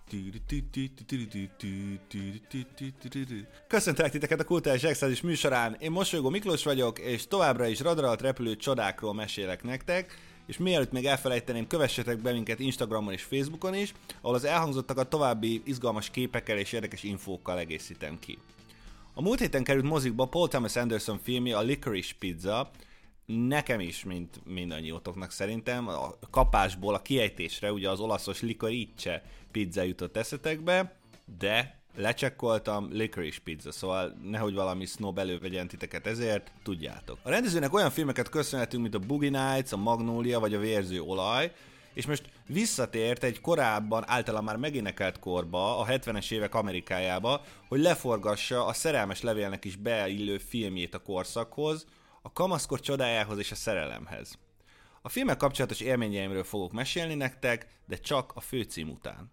Köszöntelek titeket a Kulturális Extázis műsorán, én Mosolygó Miklós vagyok, és továbbra is radar alatt repülő csodákról mesélek nektek, és mielőtt még elfelejteném, kövessetek be minket Instagramon és Facebookon is, ahol az elhangzottakat további izgalmas képekkel és érdekes infókkal egészítem ki. A múlt héten került mozikba Paul Thomas Anderson filmje, a Licorice Pizza, nekem is, mint mindannyiótoknak szerintem, a kapásból a kiejtésre ugye az olaszos licorice pizza jutott eszetekbe, de lecsekkoltam, Licorice Pizza, szóval nehogy valami snob elővegyen titeket ezért, tudjátok. A rendezőnek olyan filmeket köszönhetünk, mint a Boogie Nights, a Magnolia vagy a Vérző olaj, és most visszatért egy korábban általán már megénekelt korba, a 70-es évek Amerikájába, hogy leforgassa a Szerelmes levélnek is beillő filmjét a korszakhoz, a kamaszkor csodájához és a szerelemhez. A filmmel kapcsolatos élményeimről fogok mesélni nektek, de csak a főcím után.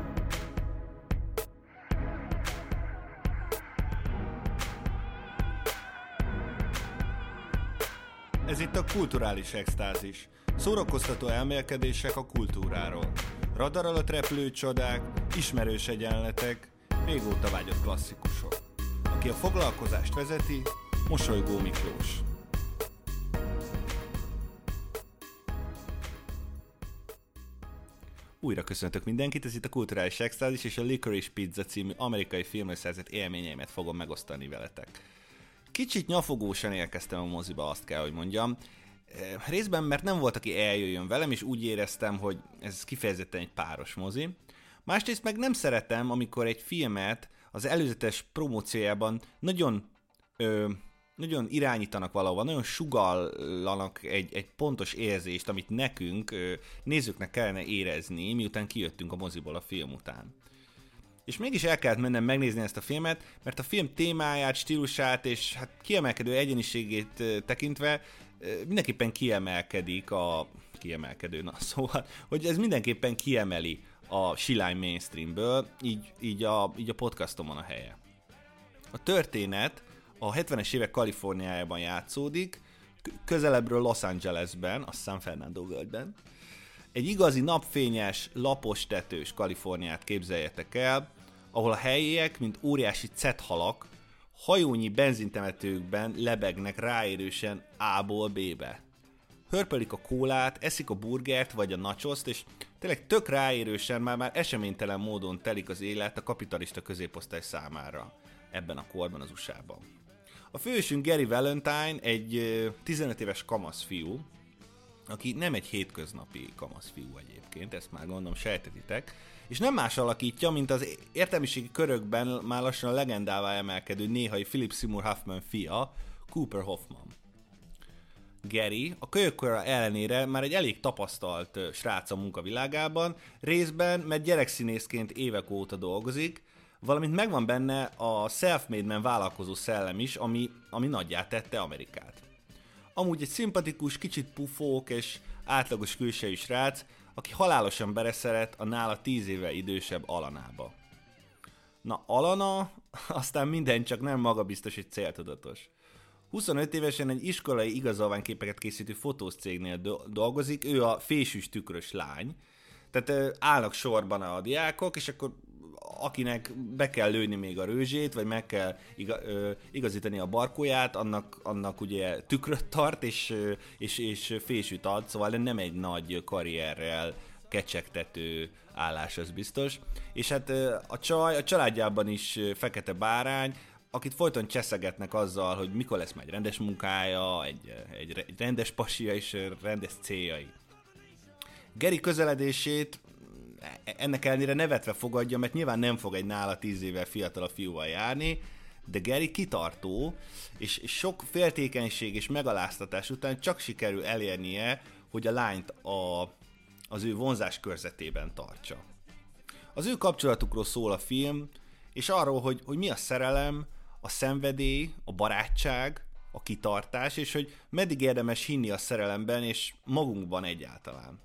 Ez itt a Kulturális Extázis. Szórakoztató elmélkedések a kultúráról. Radar alatt repülő csodák, ismerős egyenletek, régóta vágyott klasszikusok. Aki a foglalkozást vezeti, Mosolygó Miklós. Újra köszöntök mindenkit, ez itt a Kulturális Extázis, és a Licorice Pizza című amerikai filmről szerzett élményeimet fogom megosztani veletek. Kicsit nyafogósan érkeztem a moziba, azt kell, hogy mondjam. Részben, mert nem volt, aki eljöjjön velem, és úgy éreztem, hogy ez kifejezetten egy páros mozi. Másrészt meg nem szeretem, amikor egy filmet az előzetes promóciójában nagyon irányítanak valahova, nagyon sugallanak egy pontos érzést, amit nekünk, nézőknek kellene érezni, miután kijöttünk a moziból a film után. És mégis el kellett mennem megnézni ezt a filmet, mert a film témáját, stílusát és hát kiemelkedő egyeniségét tekintve mindenképpen szóval, hogy ez mindenképpen kiemeli a silány mainstreamből, így a podcastomon a helye. A történet a 70-es évek Kaliforniájában játszódik, közelebbről Los Angelesben, a San Fernando völgyben. Egy igazi napfényes, lapos tetős Kaliforniát képzeljetek el, ahol a helyiek, mint óriási cethalak, hajónyi benzintemetőkben lebegnek ráérősen A-ból B-be. Hörpölik a kólát, eszik a burgert vagy a nachoszt, és tényleg tök ráérősen már eseménytelen módon telik az élet a kapitalista középosztály számára ebben a korban az USA-ban. A főhősünk Gary Valentine egy 15 éves kamaszfiú, aki nem egy hétköznapi kamaszfiú egyébként, ezt már gondolom sejtetitek, és nem más alakítja, mint az értelmiségi körökben már lassan a legendává emelkedő néhai Philip Seymour Hoffman fia, Cooper Hoffman. Gary a kölyökkora ellenére már egy elég tapasztalt srác a munkavilágában, részben, mert gyerekszínészként évek óta dolgozik, valamint megvan benne a self-made man vállalkozó szellem is, ami nagyját tette Amerikát. Amúgy egy szimpatikus, kicsit pufók és átlagos külsejű srác, aki halálosan beleszeret a nála 10 évvel idősebb Alanába. Na, Alana aztán minden csak nem magabiztos és céltudatos. 25 évesen egy iskolai igazolványképeket készítő fotós cégnél dolgozik, ő a fésűs tükrös lány, tehát állnak sorban a diákok, és akkor akinek be kell lőni még a rőzsét, vagy meg kell igazítani a barkóját, annak ugye tükröt tart, és fésűt ad, szóval nem egy nagy karrierrel kecsegtető állás, az biztos. És hát a csaj a családjában is fekete bárány, akit folyton cseszegetnek azzal, hogy mikor lesz már egy rendes munkája, egy rendes pasia és rendes céljai. Gary közeledését ennek ellenére nevetve fogadja, mert nyilván nem fog egy nála 10 évvel fiatalabb fiúval járni, de Gary kitartó, és sok féltékenység és megaláztatás után csak sikerül elérnie, hogy a lányt az ő vonzás körzetében tartsa. Az ő kapcsolatukról szól a film, és arról, hogy mi a szerelem, a szenvedély, a barátság, a kitartás, és hogy meddig érdemes hinni a szerelemben, és magunkban egyáltalán.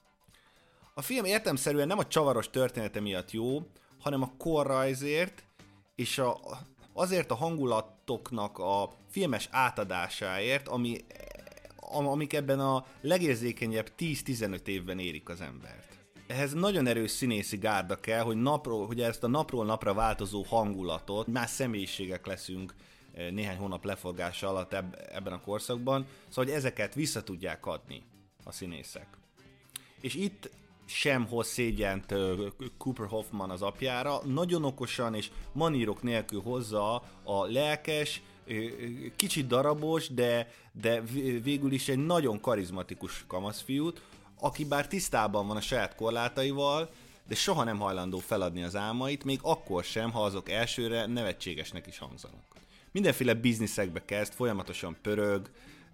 A film értelemszerűen nem a csavaros története miatt jó, hanem a korrajzért, és azért a hangulatoknak a filmes átadásáért, amik ebben a legérzékenyebb 10-15 évben érik az embert. Ehhez nagyon erős színészi gárda kell, hogy ezt a napról napra változó hangulatot, más személyiségek leszünk néhány hónap leforgása alatt ebben a korszakban, szóval hogy ezeket vissza tudják adni a színészek. És itt sem hoz szégyent Cooper Hoffman az apjára, nagyon okosan és manírok nélkül hozza a lelkes, kicsit darabos, de végül is egy nagyon karizmatikus kamaszfiút, aki bár tisztában van a saját korlátaival, de soha nem hajlandó feladni az álmait, még akkor sem, ha azok elsőre nevetségesnek is hangzanak. Mindenféle bizniszekbe kezd, folyamatosan pörög,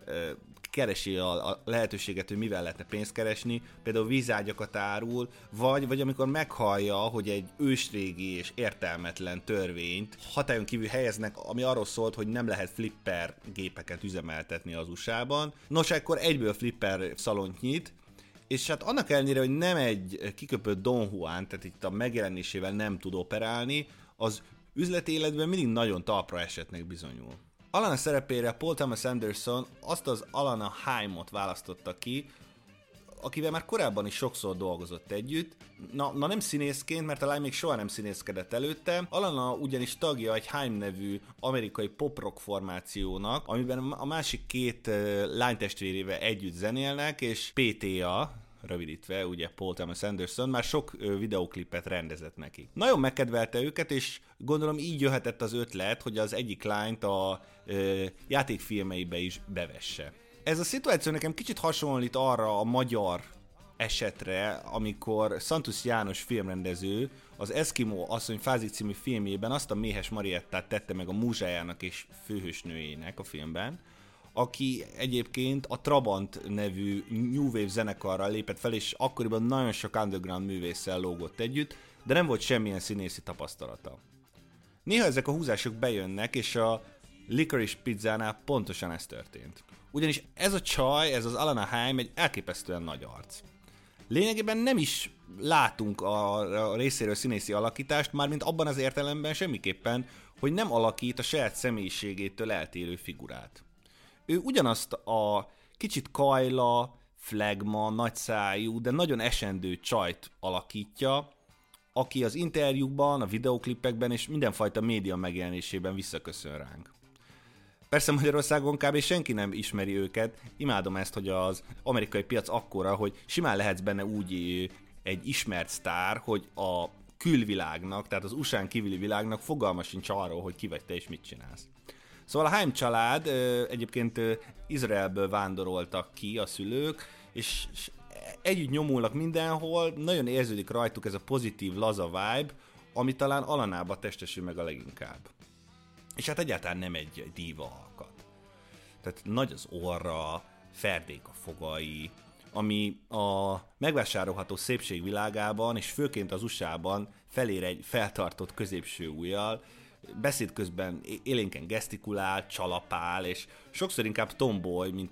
keresi a lehetőséget, hogy mivel lehetne pénzt keresni, például vízágyakat árul, vagy amikor meghallja, hogy egy ősrégi és értelmetlen törvényt hatályon kívül helyeznek, ami arról szólt, hogy nem lehet flipper gépeket üzemeltetni az USA-ban. Nos, akkor egyből flipper szalont nyit, és hát annak ellenére, hogy nem egy kiköpött Don Juan, tehát itt a megjelenésével nem tud operálni, az üzleti életben mindig nagyon talpra esetnek bizonyul. Alana szerepére Paul Thomas Anderson azt az Alana Haimot választotta ki, akivel már korábban is sokszor dolgozott együtt. Na nem színészként, mert talán még soha nem színészkedett előtte. Alana ugyanis tagja egy Haim nevű amerikai pop-rock formációnak, amiben a másik két lánytestvérével együtt zenélnek, és PTA, rövidítve, ugye Paul Thomas Anderson, már sok videóklipet rendezett neki. Nagyon megkedvelte őket, és gondolom így jöhetett az ötlet, hogy az egyik lányt a játékfilmeibe is bevesse. Ez a szituáció nekem kicsit hasonlít arra a magyar esetre, amikor Szantusz János filmrendező az Eszkimó asszony fázik című filmjében azt a méhes Mariettát tette meg a múzsájának és főhősnőjének a filmben, aki egyébként a Trabant nevű New Wave zenekarral lépett fel, és akkoriban nagyon sok underground művésszel lógott együtt, de nem volt semmilyen színészi tapasztalata. Néha ezek a húzások bejönnek, és a Licorice Pizzánál pontosan ez történt. Ugyanis ez a csaj, ez az Alana Haim egy elképesztően nagy arc. Lényegében nem is látunk a részéről színészi alakítást, mármint abban az értelemben semmiképpen, hogy nem alakít a saját személyiségétől eltérő figurát. Ő ugyanazt a kicsit kajla, flegma, nagyszájú, de nagyon esendő csajt alakítja, aki az interjúkban, a videóklipekben és mindenfajta média megjelenésében visszaköszön ránk. Persze Magyarországon kb. Senki nem ismeri őket, imádom ezt, hogy az amerikai piac akkora, hogy simán lehetsz benne úgy egy ismert sztár, hogy a külvilágnak, tehát az USA-n kívüli világnak fogalma sincs arról, hogy ki vagy te és mit csinálsz. Szóval a Haim család egyébként Izraelből vándoroltak ki a szülők, és együtt nyomulnak mindenhol, nagyon érződik rajtuk ez a pozitív, laza vibe, ami talán Alanába testesül meg a leginkább. És hát egyáltalán nem egy díva alkat. Tehát nagy az orra, ferdék a fogai, ami a megvásárolható szépség világában, és főként az USA-ban felér egy feltartott középső ujjal, beszéd közben élénken gesztikulál, csalapál, és sokszor inkább tomboly, mint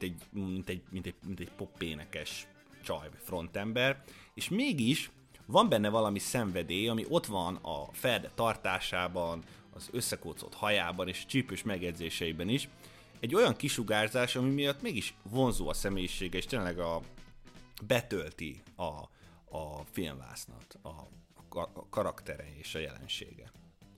egy popénekes csaj, frontember, és mégis van benne valami szenvedély, ami ott van a ferde tartásában, az összekócolt hajában és csípős megjegyzéseiben is. Egy olyan kisugárzás, ami miatt mégis vonzó a személyisége, és tényleg betölti a filmvásznat, a karaktere és a jelensége.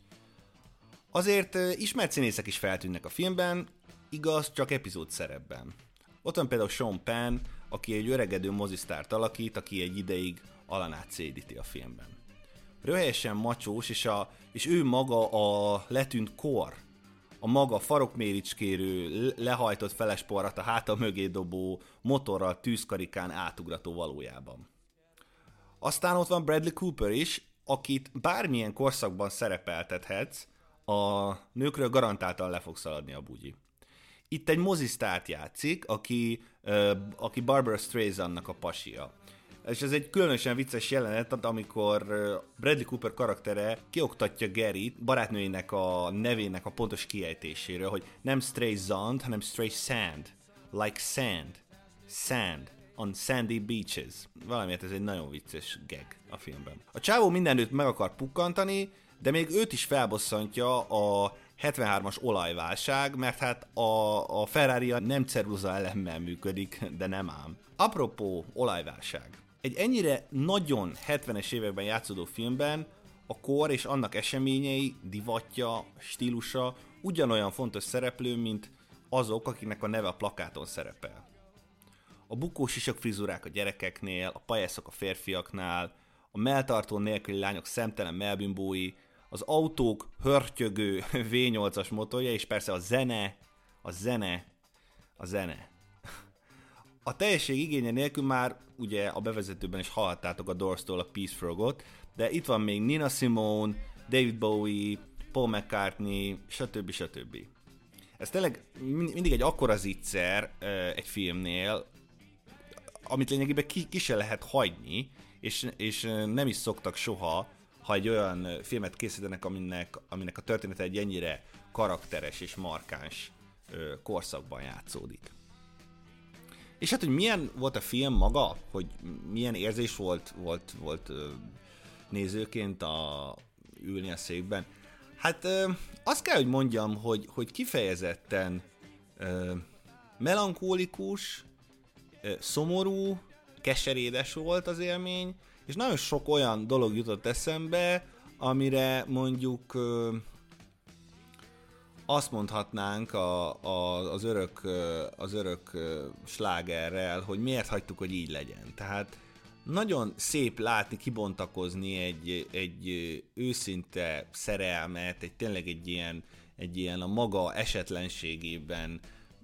Azért ismert színészek is feltűnnek a filmben, igaz, csak epizód szerepben. Ott van például Sean Penn, aki egy öregedő mozisztárt alakít, aki egy ideig Alanát szédíti a filmben. Röhelyesen macsós, és ő maga a letűnt kor, a maga farokméricskérő, lehajtott felesporrat a háta mögé dobó, motorral tűzkarikán átugrató valójában. Aztán ott van Bradley Cooper is, akit bármilyen korszakban szerepeltethetsz, a nőkről garantáltan le fog szaladni a bugyi. Itt egy mozisztárt játszik, aki Barbara Streisandnak a pasia. És ez egy különösen vicces jelenet, amikor Bradley Cooper karaktere kioktatja Garyt barátnőjének a nevének a pontos kiejtéséről, hogy nem Streisand, hanem Streisand. Like sand. Sand. On sandy beaches. Valamiért ez egy nagyon vicces gag a filmben. A csávó mindenütt meg akar pukkantani, de még őt is felbosszantja a 73-as olajválság, mert hát a Ferrari nem ceruza elemmel működik, de nem ám. Apropó olajválság. egy ennyire nagyon 70-es években játszódó filmben a kor és annak eseményei, divatja, stílusa ugyanolyan fontos szereplő, mint azok, akiknek a neve a plakáton szerepel. A bukós sisak frizurák a gyerekeknél, a pajászok a férfiaknál, a melltartó nélküli lányok szemtelen melbimbói, az autók hörtyögő V8-as motorja, és persze a zene. A teljesség igénye nélkül már ugye a bevezetőben is hallhattátok a Doors-tól a Peace Frogot, de itt van még Nina Simone, David Bowie, Paul McCartney, stb. Ez tényleg mindig egy akkora zicser egy filmnél, amit lényegében ki se lehet hagyni, és nem is szoktak soha, ha egy olyan filmet készítenek, aminek a története egy ennyire karakteres és markáns korszakban játszódik. És hát, hogy milyen volt a film maga, hogy milyen érzés volt nézőként ülni a székben. Hát azt kell, hogy mondjam, hogy kifejezetten melankólikus, szomorú, keserédes volt az élmény, és nagyon sok olyan dolog jutott eszembe, amire mondjuk azt mondhatnánk az örök slágerrel, hogy miért hagytuk, hogy így legyen. Tehát nagyon szép látni, kibontakozni egy őszinte szerelmet, tényleg egy ilyen a maga esetlenségében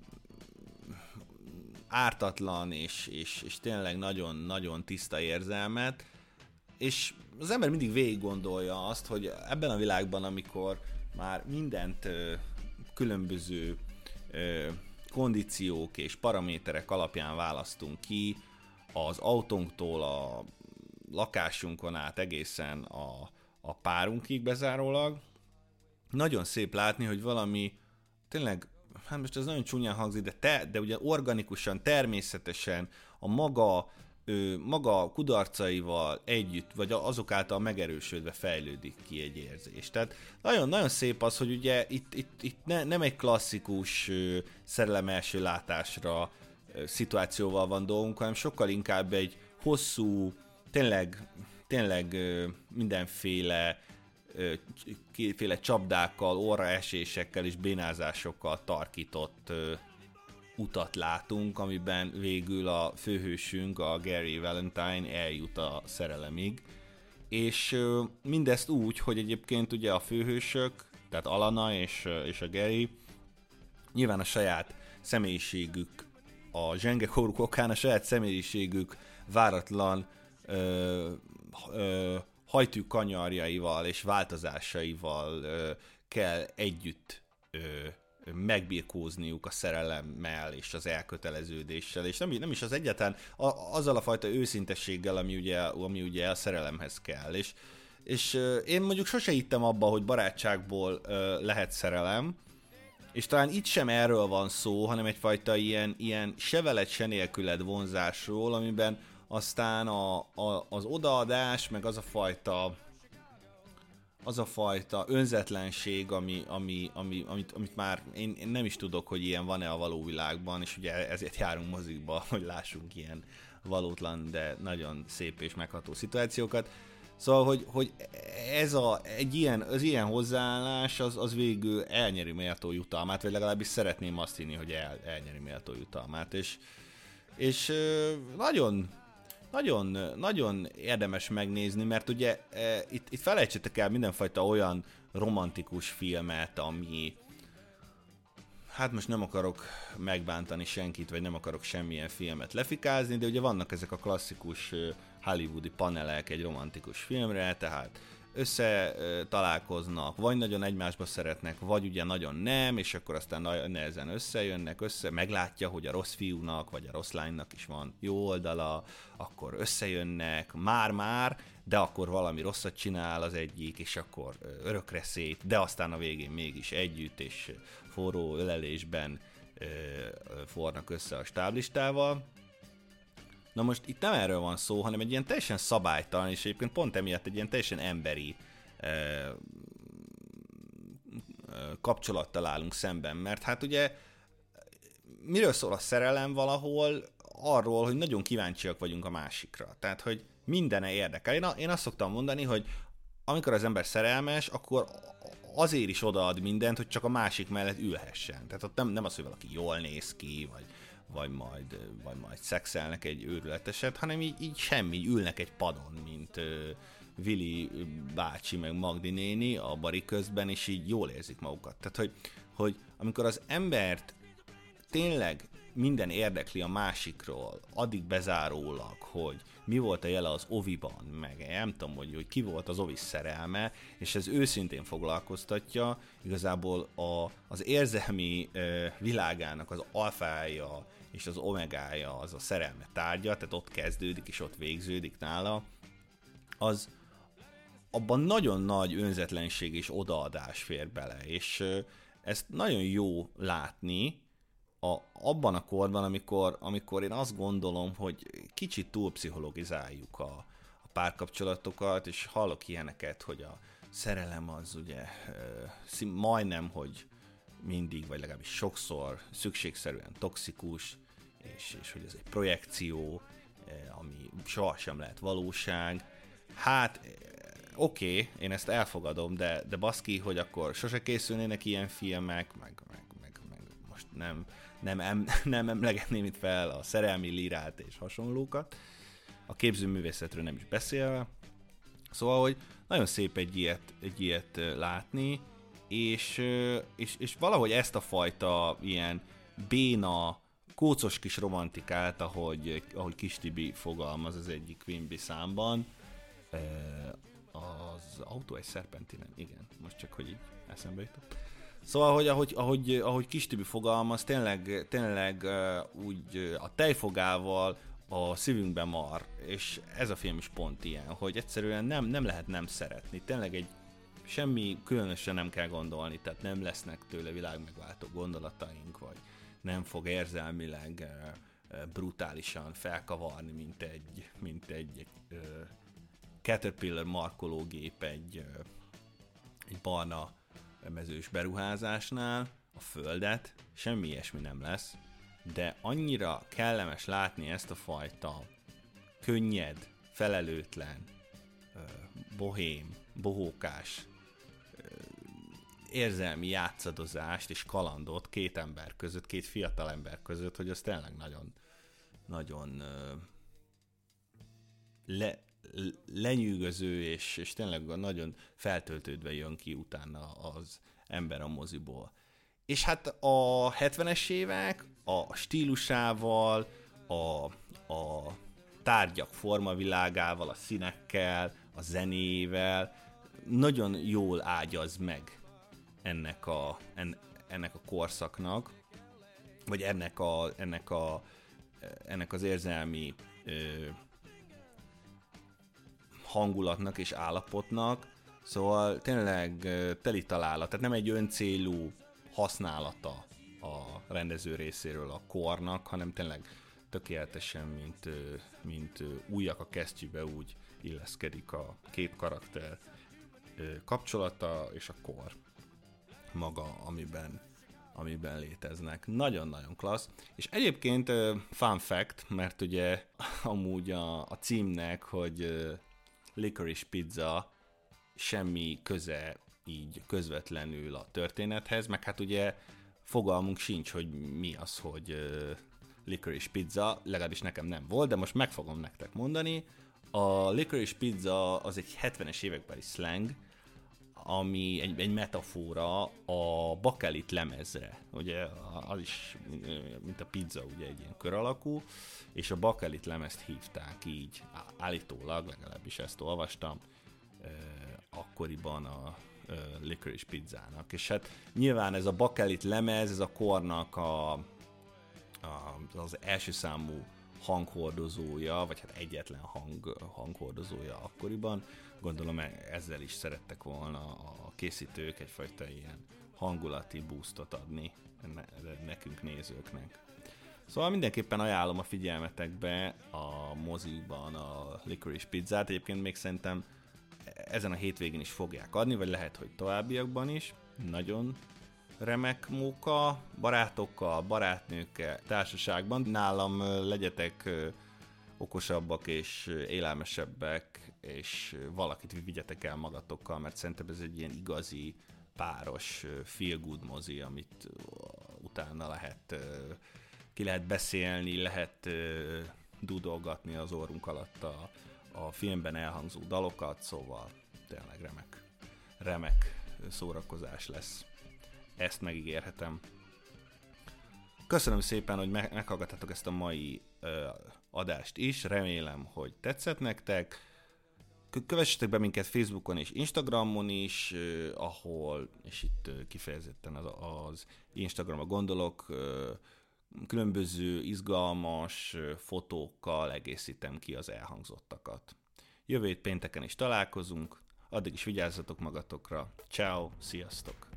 ártatlan és tényleg nagyon-nagyon tiszta érzelmet, és az ember mindig végig gondolja azt, hogy ebben a világban, amikor már mindent különböző kondíciók és paraméterek alapján választunk ki, az autónktól a lakásunkon át egészen a párunkig bezárólag. Nagyon szép látni, hogy valami tényleg, hát most ez nagyon csúnyán hangzik, de ugye organikusan, természetesen a maga kudarcaival együtt, vagy azok által megerősödve fejlődik ki egy érzés. Tehát nagyon-nagyon szép az, hogy ugye itt nem egy klasszikus szerelem első látásra szituációval van dolgunk, hanem sokkal inkább egy hosszú, tényleg mindenféle csapdákkal, orraesésekkel és bénázásokkal tarkított utat látunk, amiben végül a főhősünk, a Gary Valentine eljut a szerelemig. És mindezt úgy, hogy egyébként ugye a főhősök, tehát Alana és a Gary nyilván a saját személyiségük, a zsengekóruk okán a saját személyiségük váratlan hajtűkanyarjaival és változásaival kell együtt megbirkózniuk a szerelemmel és az elköteleződéssel, és nem is az egyáltalán azzal a fajta őszintességgel, ami ugye a szerelemhez kell. És én mondjuk sose hittem abba, hogy barátságból lehet szerelem, és talán itt sem erről van szó, hanem egyfajta ilyen se veled, se nélküled vonzásról, amiben aztán az odaadás, meg az a fajta önzetlenség, amit már én nem is tudok, hogy ilyen van-e a való világban, és ugye ezért járunk mozikba, hogy lássunk ilyen valótlan, de nagyon szép és megható szituációkat. Szóval, hogy az ilyen hozzáállás az végül elnyeri méltó jutalmát, vagy legalábbis szeretném azt hinni, hogy elnyeri méltó jutalmát, és nagyon érdemes megnézni, mert ugye itt felejtsétek el mindenfajta olyan romantikus filmet, ami, hát most nem akarok megbántani senkit, vagy nem akarok semmilyen filmet lefikázni, de ugye vannak ezek a klasszikus hollywoodi panelek egy romantikus filmre, tehát találkoznak, vagy nagyon egymásba szeretnek, vagy ugye nagyon nem, és akkor aztán nehezen összejönnek, meglátja, hogy a rossz fiúnak, vagy a rossz lánynak is van jó oldala, akkor összejönnek, már, de akkor valami rosszat csinál az egyik, és akkor örökre szét, de aztán a végén mégis együtt, és forró ölelésben fornak össze a stáblistával. Na most itt nem erről van szó, hanem egy ilyen teljesen szabálytalan, és egyébként pont emiatt egy ilyen teljesen emberi kapcsolattal állunk szemben, mert hát ugye miről szól a szerelem valahol? arról, hogy nagyon kíváncsiak vagyunk a másikra. Tehát, hogy mindene érdekel. Én azt szoktam mondani, hogy amikor az ember szerelmes, akkor azért is odaad mindent, hogy csak a másik mellett ülhessen. Tehát ott nem az, hogy valaki jól néz ki, vagy majd szexelnek egy őrületeset, hanem így semmi, így ülnek egy padon, mint Vili bácsi meg Magdi néni a bari közben, és így jól érzik magukat. Tehát, hogy amikor az embert tényleg minden érdekli a másikról, addig bezárólag, hogy mi volt a jele az oviban, meg nem tudom, hogy ki volt az ovi szerelme, és ez őszintén foglalkoztatja, igazából az érzelmi világának az alfája és az omegája az a szerelme tárgya, tehát ott kezdődik és ott végződik nála, az abban nagyon nagy önzetlenség és odaadás fér bele, és ezt nagyon jó látni, abban a korban, amikor én azt gondolom, hogy kicsit túl pszichologizáljuk a párkapcsolatokat, és hallok ilyeneket, hogy a szerelem az ugye majdnem, hogy mindig, vagy legalábbis sokszor szükségszerűen toxikus, és hogy ez egy projekció, ami sohasem lehet valóság. Hát oké, én ezt elfogadom, de baszki, hogy akkor sose készülnének ilyen filmek, meg most nem emlegetném itt fel a szerelmi lírát és hasonlókat, a képzőművészetről nem is beszélve. Szóval, hogy nagyon szép egy ilyet látni, és valahogy ezt a fajta ilyen béna, kócos kis romantikát, ahogy Kis Tibi fogalmaz az egyik Quimby számban, az autó egy szerpentinen, igen, most csak hogy így eszembe jutott. Szóval, ahogy Kis Tibi fogalmaz, tényleg úgy a tejfogával a szívünkbe mar, és ez a film is pont ilyen, hogy egyszerűen nem lehet nem szeretni. Tényleg semmi különösen nem kell gondolni, tehát nem lesznek tőle világmegváltó gondolataink, vagy nem fog érzelmileg brutálisan felkavarni, mint egy Caterpillar markológép egy barna mezős beruházásnál a földet, semmi ilyesmi nem lesz, de annyira kellemes látni ezt a fajta könnyed, felelőtlen, bohém, bohókás érzelmi játszadozást és kalandot két ember között, két fiatal ember között, hogy az tényleg nagyon lenyűgöző, és tényleg nagyon feltöltődve jön ki utána az ember a moziból. És hát a 70-es évek a stílusával, a tárgyak formavilágával, a színekkel, a zenével nagyon jól ágyaz meg ennek a korszaknak, vagy ennek az érzelmi hangulatnak és állapotnak, szóval tényleg teli találat, tehát nem egy öncélú használata a rendező részéről a kornak, hanem tényleg tökéletesen, mint újak a kesztyűbe, úgy illeszkedik a két karakter kapcsolata és a kor maga, amiben léteznek. Nagyon-nagyon klassz. És egyébként fun fact, mert ugye amúgy a címnek, hogy Licorice Pizza, semmi köze így közvetlenül a történethez, meg hát ugye fogalmunk sincs, hogy mi az, hogy Licorice Pizza, legalábbis nekem nem volt, de most meg fogom nektek mondani. A Licorice Pizza az egy 70-es évekbeli slang, ami egy metafora a bakelit lemezre. Ugye az is, mint a pizza, ugye egy ilyen kör alakú, és a bakelit lemezt hívták így, állítólag, legalábbis ezt olvastam, akkoriban a Licorice Pizzának. És hát nyilván ez a bakelit lemez, ez a kornak az első számú hanghordozója, vagy hát egyetlen hanghordozója akkoriban. Gondolom ezzel is szerettek volna a készítők egyfajta ilyen hangulati boostot adni nekünk nézőknek. Szóval mindenképpen ajánlom a figyelmetekbe a mozikban a Licorice Pizzát. Egyébként még szerintem ezen a hétvégén is fogják adni, vagy lehet, hogy továbbiakban is. Nagyon remek móka, barátokkal, barátnőkkel, társaságban. Nálam legyetek okosabbak és élelmesebbek, és valakit vigyetek el magatokkal, mert szerintem ez egy ilyen igazi, páros feel good mozi, amit utána ki lehet beszélni, lehet dudolgatni az orrunk alatt a filmben elhangzó dalokat, szóval tényleg remek szórakozás lesz. Ezt megígérhetem. Köszönöm szépen, hogy meghallgattatok ezt a mai adást is, remélem, hogy tetszett nektek. Kövessetek be minket Facebookon és Instagramon is, ahol, és itt kifejezetten az Instagramra gondolok, különböző izgalmas fotókkal egészítem ki az elhangzottakat. Jövő hét pénteken is találkozunk, addig is vigyázzatok magatokra. Ciao, sziasztok!